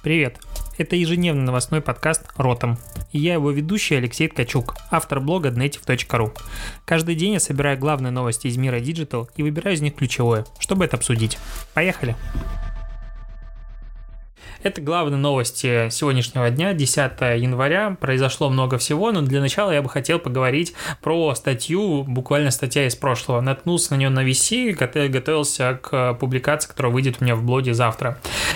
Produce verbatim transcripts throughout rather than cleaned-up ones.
Привет! Это ежедневный новостной подкаст «Ротом». И я его ведущий Алексей Ткачук, автор блога днейтив точка ру. Каждый день я собираю главные новости из мира Digital и выбираю из них ключевое, чтобы это обсудить. Поехали! Это главные новости сегодняшнего дня, десятого января. Произошло много всего, но для начала я бы хотел поговорить про статью, буквально статья из прошлого. Наткнулся на нее на ви си, когда я готовился к публикации, которая выйдет у меня в блоге завтра.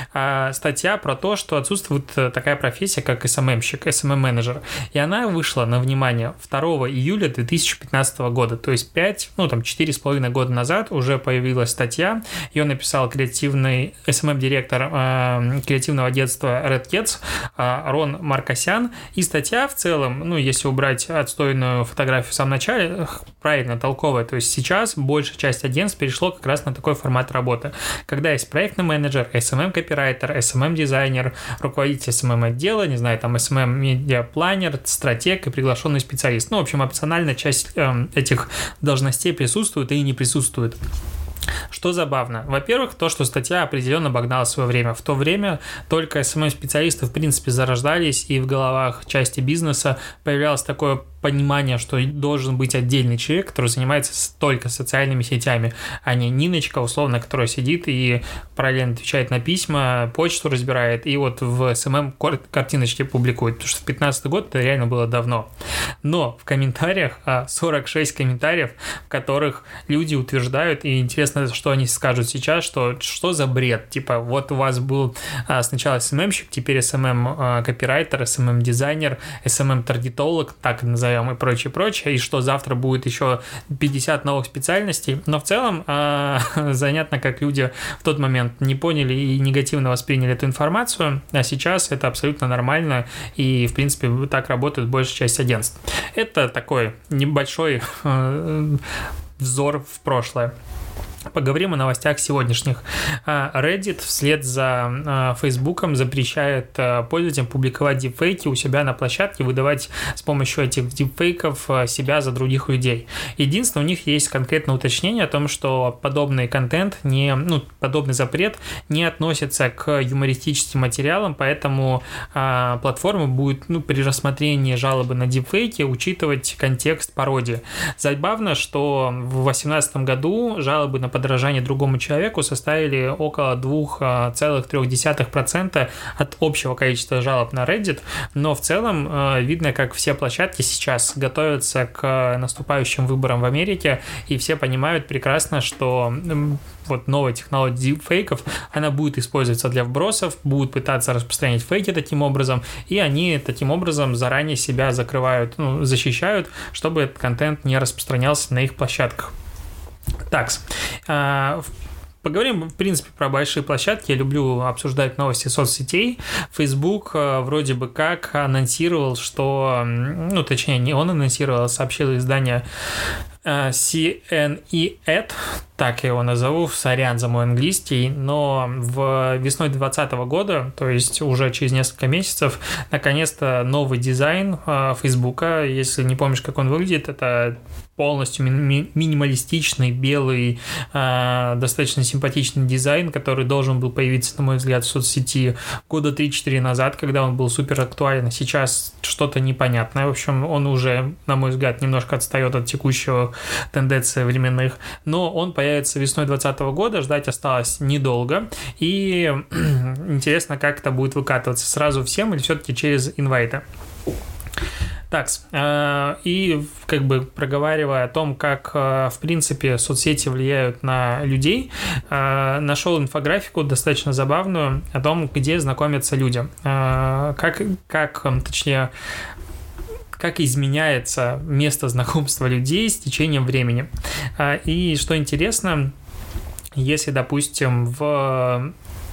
А статья про то, что отсутствует такая профессия, как эс эм эм-щик, эс эм эм-менеджер. И она вышла на внимание второго июля две тысячи пятнадцатого года, то есть пять, ну там четыре с половиной года назад уже появилась статья. Ее написал креативный эс эм эм-директор э, креативного детства Red Cats Рон Маркосян. И статья в целом, ну, если убрать отстойную фотографию в самом начале, правильно, толковая. То есть сейчас большая часть агентств перешло как раз на такой формат работы, когда есть проектный менеджер, эс эм эм-копирайтер, эс эм эм-дизайнер, руководитель эс эм эм-отдела, не знаю, там эс эм эм-медиапланер, стратег и приглашенный специалист. Ну, в общем, опциональная часть э, этих должностей присутствует и не присутствует. Что забавно? Во-первых, то, что статья определенно обогнала свое время. В то время только эс эм эм-специалисты, в принципе, зарождались, и в головах части бизнеса появлялось такое понимание, что должен быть отдельный человек, который занимается только социальными сетями, а не Ниночка, условно, которая сидит и параллельно отвечает на письма, почту разбирает, и вот в эс эм эм картиночки публикует, потому что в пятнадцатый год это реально было давно. Но в комментариях сорок шесть комментариев, в которых люди утверждают, и интересно, что они скажут сейчас, что что за бред, типа вот у вас был сначала эс эм эм-щик, теперь эс эм эм-копирайтер, эс эм эм-дизайнер, эс эм эм-таргетолог, так назовем, и прочее, прочее, и что завтра будет еще пятьдесят новых специальностей, но в целом э, занятно, как люди в тот момент не поняли и негативно восприняли эту информацию, а сейчас это абсолютно нормально, и, в принципе, так работает большая часть агентств. Это такой небольшой э, взор в прошлое. Поговорим о новостях сегодняшних. Reddit вслед за Фейсбуком запрещает пользователям публиковать дипфейки у себя на площадке, выдавать с помощью этих дипфейков себя за других людей. Единственное, у них есть конкретное уточнение о том, что подобный контент, не, ну, подобный запрет не относится к юмористическим материалам, поэтому а, платформа будет, ну, при рассмотрении жалобы на дипфейки учитывать контекст пародии. Забавно, что в две тысячи восемнадцатом году жалобы на подражание другому человеку составили около два целых три десятых процента от общего количества жалоб на Reddit, но в целом э, видно, как все площадки сейчас готовятся к наступающим выборам в Америке, и все понимают прекрасно, что э, вот новая технология дипфейков, она будет использоваться для вбросов, будут пытаться распространять фейки таким образом, и они таким образом заранее себя закрывают, ну, защищают, чтобы этот контент не распространялся на их площадках. Так, поговорим, в принципе, про большие площадки. Я люблю обсуждать новости соцсетей. Facebook вроде бы как анонсировал, что... Ну, точнее, не он анонсировал, сообщило издание си эн и Ed, так я его назову, сорян за мой английский, но в весной двадцатого года, то есть уже через несколько месяцев, наконец-то новый дизайн Фейсбука, если не помнишь, как он выглядит, это полностью ми- минималистичный, белый, э, достаточно симпатичный дизайн, который должен был появиться, на мой взгляд, в соцсети года три-четыре назад, когда он был супер актуален. Сейчас что-то непонятное. В общем, он уже, на мой взгляд, немножко отстает от текущего тенденции временных, но он появится весной двадцатого года, ждать осталось недолго, и интересно, как это будет выкатываться, сразу всем или все-таки через инвайты. Так, и как бы проговаривая о том, как, в принципе, соцсети влияют на людей, нашел инфографику достаточно забавную о том, где знакомятся люди, как, как точнее, как изменяется место знакомства людей с течением времени. И что интересно, если, допустим, в...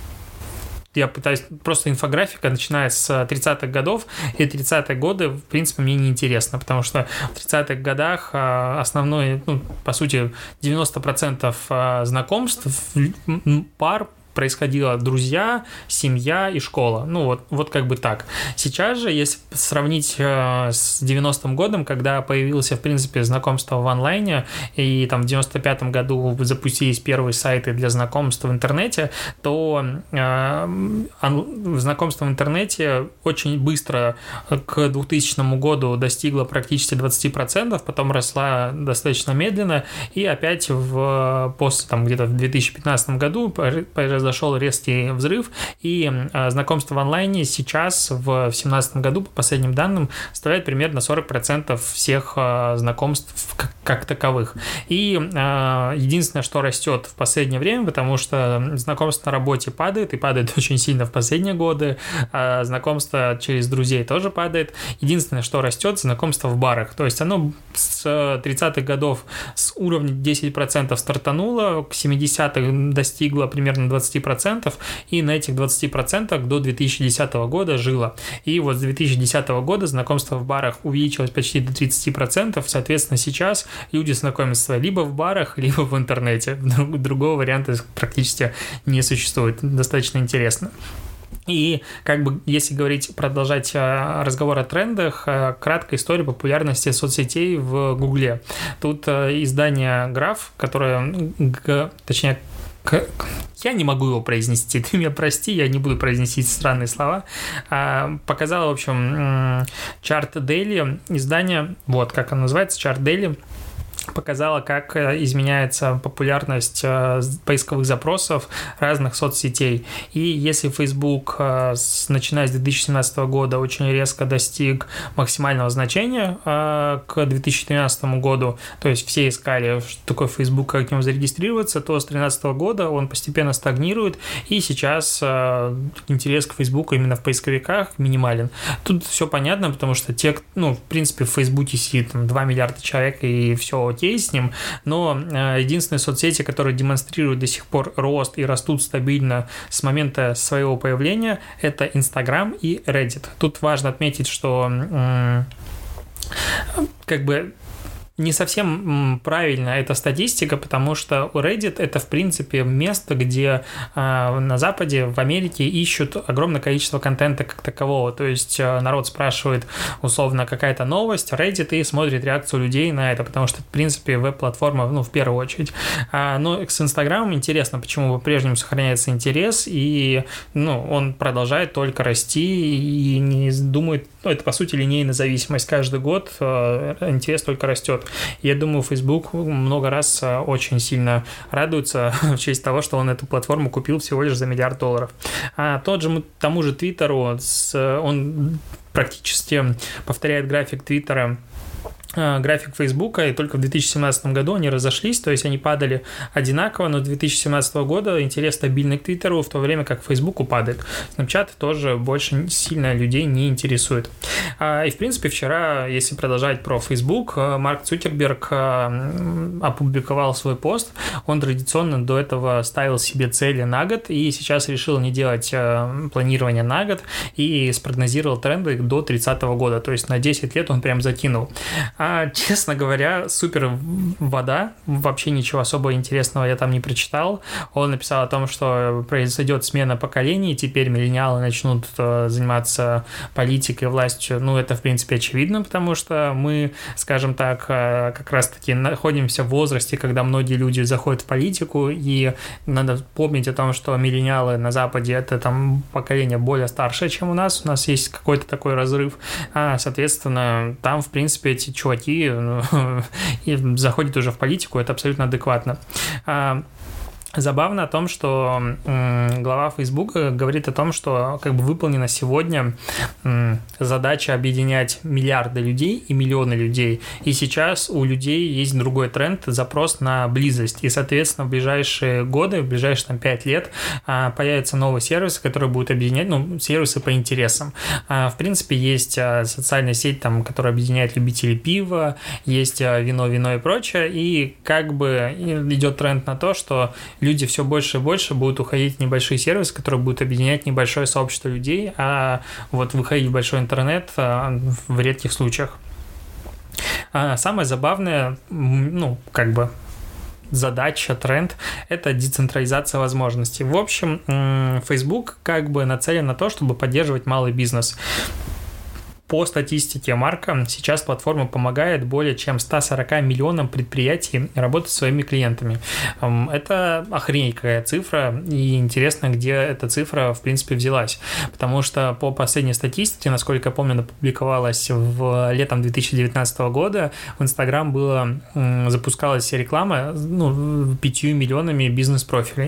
Я пытаюсь... Просто инфографика начиная с тридцатых годов, и тридцатые годы, в принципе, мне не интересно, потому что в тридцатых годах основной, ну, по сути, девяносто процентов знакомств пар происходило друзья, семья и школа. Ну, вот, вот как бы так. Сейчас же, если сравнить э, с девяностым годом, когда появился, в принципе, знакомство в онлайне, и там в девяносто пятом году запустились первые сайты для знакомств в интернете, то э, он, знакомство в интернете очень быстро к двухтысячному году достигло практически двадцать процентов, потом росла достаточно медленно, и опять в, после там где-то в две тысячи пятнадцатом году произошел резкий взрыв, и э, знакомство в онлайне сейчас в две тысячи семнадцатом году, по последним данным, составляет примерно сорок процентов всех э, знакомств как, как таковых. И э, единственное, что растет в последнее время, потому что знакомство на работе падает, и падает очень сильно в последние годы, э, знакомство через друзей тоже падает. Единственное, что растет, знакомство в барах. То есть оно с тридцатых годов с уровня десять процентов стартануло, к семидесятым достигло примерно двадцать процентов, и на этих двадцати процентах до две тысячи десятого года жило. И вот с две тысячи десятого года знакомство в барах увеличилось почти до тридцати процентов, соответственно, сейчас люди знакомятся либо в барах, либо в интернете. Другого варианта практически не существует. Достаточно интересно. И как бы, если говорить, продолжать разговор о трендах, краткая история популярности соцсетей в Гугле. Тут издание Граф, которое, точнее, я не могу его произнести, ты меня прости, я не буду произнести странные слова, показало, в общем, Chart Daily, издание, вот как оно называется, Chart Daily, показала, как изменяется популярность поисковых запросов разных соцсетей. И если Facebook, начиная с две тысячи семнадцатого года, очень резко достиг максимального значения к две тысячи тринадцатому году, то есть все искали, что такое Facebook, как к нему зарегистрироваться, то с две тысячи тринадцатого года он постепенно стагнирует, и сейчас интерес к Facebook именно в поисковиках минимален. Тут все понятно, потому что те, ну, в принципе, в Facebook сидит там, два миллиарда человек, и все окей с ним, но э, единственные соцсети, которые демонстрируют до сих пор рост и растут стабильно с момента своего появления, это Instagram и Reddit. Тут важно отметить, что э, как бы не совсем правильно эта статистика, потому что Reddit — это, в принципе, место, где э, на Западе, в Америке ищут огромное количество контента как такового. То есть э, народ спрашивает, условно, какая-то новость, Reddit, и смотрит реакцию людей на это, потому что, в принципе, веб-платформа, ну, в первую очередь. А, но с Инстаграмом интересно, почему по-прежнему сохраняется интерес, и, ну, он продолжает только расти и не думает, ну, это, по сути, линейная зависимость. Каждый год э, интерес только растет. Я думаю, Facebook много раз очень сильно радуется в честь того, что он эту платформу купил всего лишь за миллиард долларов. А тот же, тому же Твиттеру, он практически повторяет график Твиттера, график Фейсбука, и только в две тысячи семнадцатом году они разошлись, то есть они падали одинаково, но с две тысячи семнадцатого года интерес стабильный к Твиттеру, в то время как Фейсбуку падает. Snapchat тоже больше сильно людей не интересует. И, в принципе, вчера, если продолжать про Facebook, Марк Цукерберг опубликовал свой пост, он традиционно до этого ставил себе цели на год, и сейчас решил не делать планирование на год, и спрогнозировал тренды до тридцатого года, то есть на десять лет он прям закинул. А, честно говоря, супер вода, вообще ничего особо интересного я там не прочитал. Он написал о том, что произойдет смена поколений, теперь миллениалы начнут заниматься политикой, властью. Ну, это, в принципе, очевидно, потому что мы, скажем так, как раз-таки находимся в возрасте, когда многие люди заходят в политику, и надо помнить о том, что миллениалы на Западе — это там поколение более старшее, чем у нас. У нас есть какой-то такой разрыв. А, соответственно, там, в принципе, эти чуваки ну, заходят уже в политику, это абсолютно адекватно. Забавно о том, что м, глава Facebook говорит о том, что как бы выполнена сегодня м, задача объединять миллиарды людей и миллионы людей. И сейчас у людей есть другой тренд, запрос на близость. И, соответственно, в ближайшие годы, в ближайшие там, пять лет а, появятся новые сервисы, которые будут объединять, ну, сервисы по интересам. А, в принципе, есть а, социальная сеть, там, которая объединяет любителей пива, есть а, вино, вино и прочее. И как бы идет тренд на то, что люди все больше и больше будут уходить в небольшие сервисы, которые будут объединять небольшое сообщество людей, а вот выходить в большой интернет в редких случаях. А самое забавное, ну, как бы задача, тренд – это децентрализация возможностей. В общем, Facebook как бы нацелен на то, чтобы поддерживать малый бизнес. По статистике Марка, сейчас платформа помогает более чем ста сорока миллионам предприятий работать со своими клиентами. Это охренеть какая цифра, и интересно, где эта цифра, в принципе, взялась. Потому что по последней статистике, насколько я помню, она публиковалась в летом две тысячи девятнадцатого года, в Instagram было, запускалась реклама ну, пятью миллионами бизнес-профилей.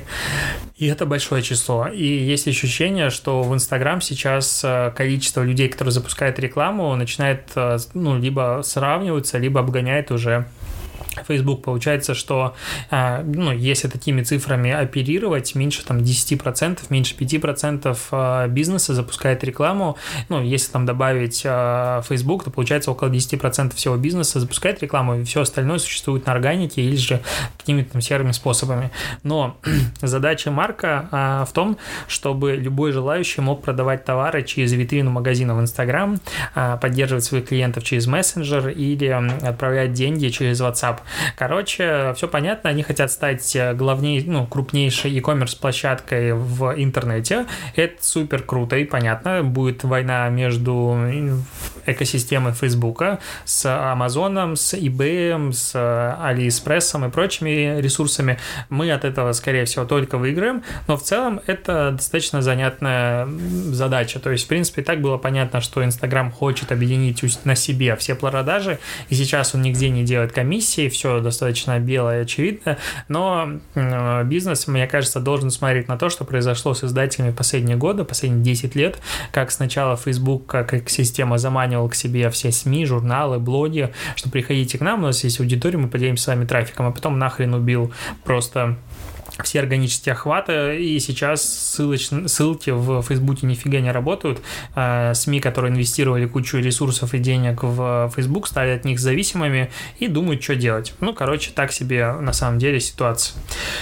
И это большое число. И есть ощущение, что в Instagram сейчас количество людей, которые запускают рекламу, рекламу начинает, ну, либо сравниваться, либо обгоняет уже Facebook. Получается, что ну, если такими цифрами оперировать, меньше там, десять процентов, меньше пять процентов бизнеса запускает рекламу. Ну, если там добавить Facebook, то получается около десять процентов всего бизнеса запускает рекламу, и все остальное существует на органике или же какими-то там серыми способами. Но задача Марка в том, чтобы любой желающий мог продавать товары через витрину магазина в Instagram, поддерживать своих клиентов через мессенджер или отправлять деньги через WhatsApp. Короче, все понятно, они хотят стать главней, ну, крупнейшей e-commerce площадкой в интернете. Это супер круто и понятно. Будет война между экосистемой Фейсбука с Амазоном, с eBay, с AliExpress и прочими ресурсами. Мы от этого, скорее всего, только выиграем, но в целом это достаточно занятная задача. То есть, в принципе, и так было понятно, что Instagram хочет объединить на себе все продажи, и сейчас он нигде не делает комиссии, все достаточно белое и очевидно, но бизнес, мне кажется, должен смотреть на то, что произошло с издателями в последние годы, последние десять лет, как сначала Facebook как экосистема заманивал к себе все СМИ, журналы, блоги, что приходите к нам, у нас есть аудитория, мы поделимся с вами трафиком, а потом нахрен убил просто все органические охваты, и сейчас ссылоч... ссылки в Фейсбуке нифига не работают. СМИ, которые инвестировали кучу ресурсов и денег в Facebook, стали от них зависимыми и думают, что делать. Ну, короче, так себе на самом деле ситуация.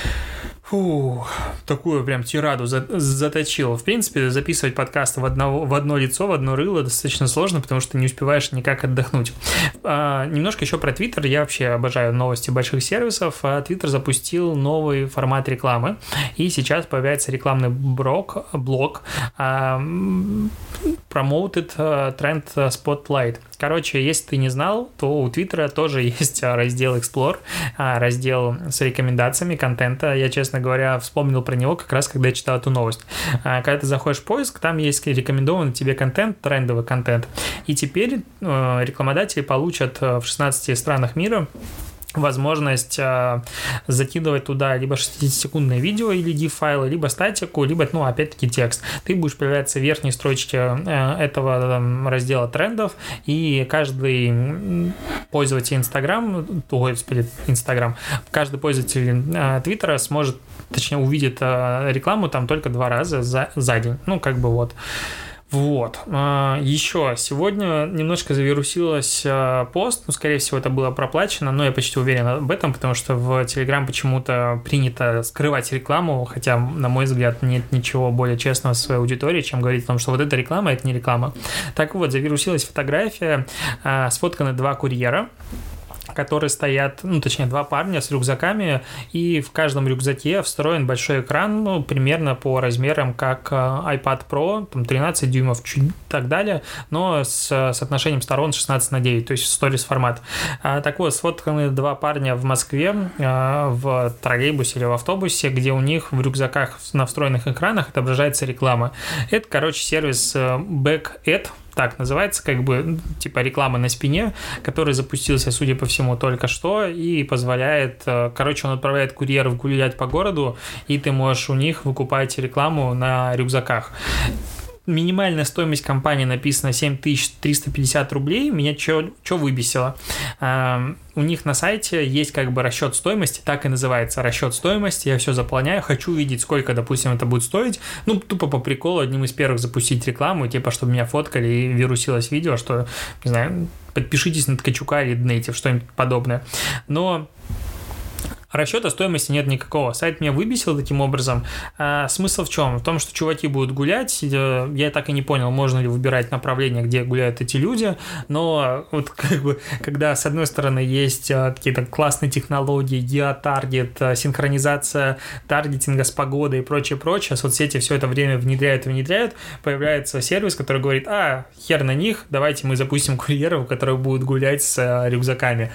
Фу, такую прям тираду заточил. В принципе, записывать подкасты в, одно, в одно лицо, в одно рыло достаточно сложно, потому что не успеваешь никак отдохнуть. А, немножко еще про Twitter. Я вообще обожаю новости больших сервисов. А Twitter запустил новый формат рекламы, и сейчас появляется рекламный блок, блок а, Promoted Trend Spotlight. Короче, если ты не знал, то у Твиттера тоже есть раздел Explore, раздел с рекомендациями контента. Я, честно говоря, вспомнил про него как раз, когда я читал эту новость. Когда ты заходишь в поиск, там есть рекомендованный тебе контент, трендовый контент. И теперь рекламодатели получат в шестнадцати странах мира возможность э, закидывать туда либо шестидесятисекундное видео или див-файлы, либо статику, либо, ну, опять-таки, текст. Ты будешь появляться в верхней строчке э, этого там, раздела трендов, и каждый пользователь Instagram, ой, господи, Instagram, каждый пользователь э, Твиттера сможет, точнее, увидит э, рекламу там только два раза за, за день. Ну, как бы вот. Вот. Еще сегодня немножко завирусилась пост, ну, скорее всего, это было проплачено, но я почти уверен об этом, потому что в Telegram почему-то принято скрывать рекламу, хотя, на мой взгляд, нет ничего более честного со своей аудиторией, чем говорить о том, что вот это реклама, это не реклама. Так вот, завирусилась фотография, сфотканы два курьера, которые стоят, ну, точнее, два парня с рюкзаками, и в каждом рюкзаке встроен большой экран, ну, примерно по размерам, как iPad Pro, там, тринадцать дюймов, чуть так далее, но с соотношением сторон шестнадцать на девять, то есть сторис формат. А, так вот, сфотканы два парня в Москве, а, в троллейбусе или в автобусе, где у них в рюкзаках на встроенных экранах отображается реклама. Это, короче, сервис BackAd, так называется, как бы, типа реклама на спине, который запустился, судя по всему, только что, и позволяет, короче, он отправляет курьеров гулять по городу, и ты можешь у них выкупать рекламу на рюкзаках. Минимальная стоимость компании написана семь тысяч триста пятьдесят рублей. Меня что выбесило? Uh, у них на сайте есть как бы расчет стоимости, так и называется расчет стоимости. Я все заполняю, хочу увидеть, сколько, допустим, это будет стоить. Ну, тупо по приколу одним из первых запустить рекламу, типа, чтобы меня фоткали и вирусилось видео, что, не знаю, подпишитесь на Ткачука или Днейтив, что-нибудь подобное. Но Расчета стоимости нет никакого. Сайт меня выбесил таким образом. А смысл в чем? В том, что чуваки будут гулять. Я так и не понял, можно ли выбирать направление, где гуляют эти люди. Но вот как бы, когда с одной стороны есть какие-то классные технологии, геотаргет, синхронизация таргетинга с погодой и прочее, прочее, соцсети все это время внедряют и внедряют, появляется сервис, который говорит: а, хер на них, давайте мы запустим курьеров, которые будут гулять с рюкзаками.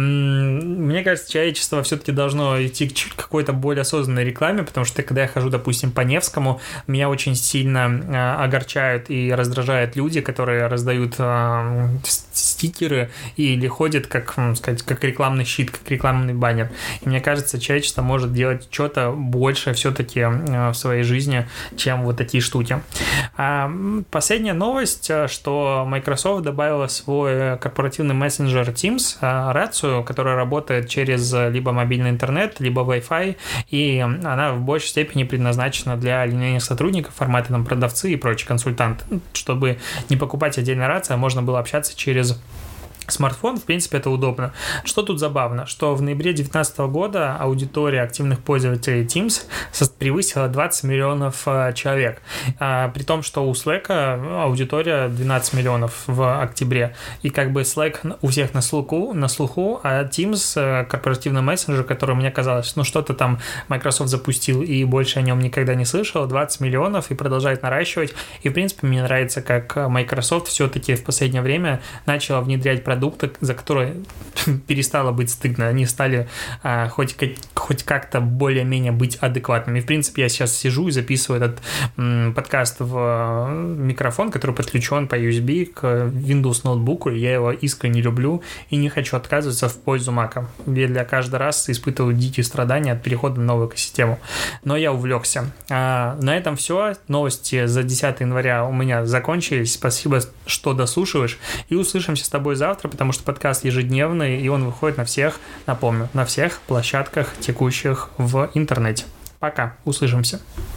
Мне кажется, человечество все-таки должно должно идти к какой-то более осознанной рекламе, потому что когда я хожу, допустим, по Невскому, меня очень сильно э, огорчают и раздражают люди, которые раздают э, стикеры или ходят как, сказать, как рекламный щит, как рекламный баннер. И мне кажется, человечество может делать что-то больше все-таки э, в своей жизни, чем вот такие штуки. А последняя новость, что Microsoft добавила свой корпоративный мессенджер Teams, э, рацию, которая работает через либо мобильный интернет, либо Wi-Fi, и она в большей степени предназначена для линейных сотрудников, формата там продавцы и прочие консультанты, чтобы не покупать отдельно рацию, а можно было общаться через смартфон. В принципе, это удобно. Что тут забавно? Что в ноябре две тысячи девятнадцатого года аудитория активных пользователей Teams превысила двадцать миллионов человек. А, при том, что у Slack аудитория двенадцать миллионов в октябре. И как бы Slack у всех на слуху, на слуху, а Teams, корпоративный мессенджер, который мне казалось, ну что-то там Microsoft запустил и больше о нем никогда не слышал, двадцать миллионов и продолжает наращивать. И, в принципе, мне нравится, как Microsoft все-таки в последнее время начала внедрять продукты, продукты, за которые перестало быть стыдно. Они стали а, хоть, как, хоть как-то более-менее быть адекватными. И, в принципе, я сейчас сижу и записываю этот м, подкаст в а, микрофон, который подключен по ю эс би к Windows ноутбуку, и я его искренне люблю и не хочу отказываться в пользу Mac. Я для каждый раз испытываю дикие страдания от перехода на новую экосистему. Но я увлекся. А, на этом все. Новости за десятое января у меня закончились. Спасибо, что дослушиваешь. И услышимся с тобой завтра, потому что подкаст ежедневный, и он выходит на всех, напомню, на всех площадках, текущих в интернете. Пока, услышимся.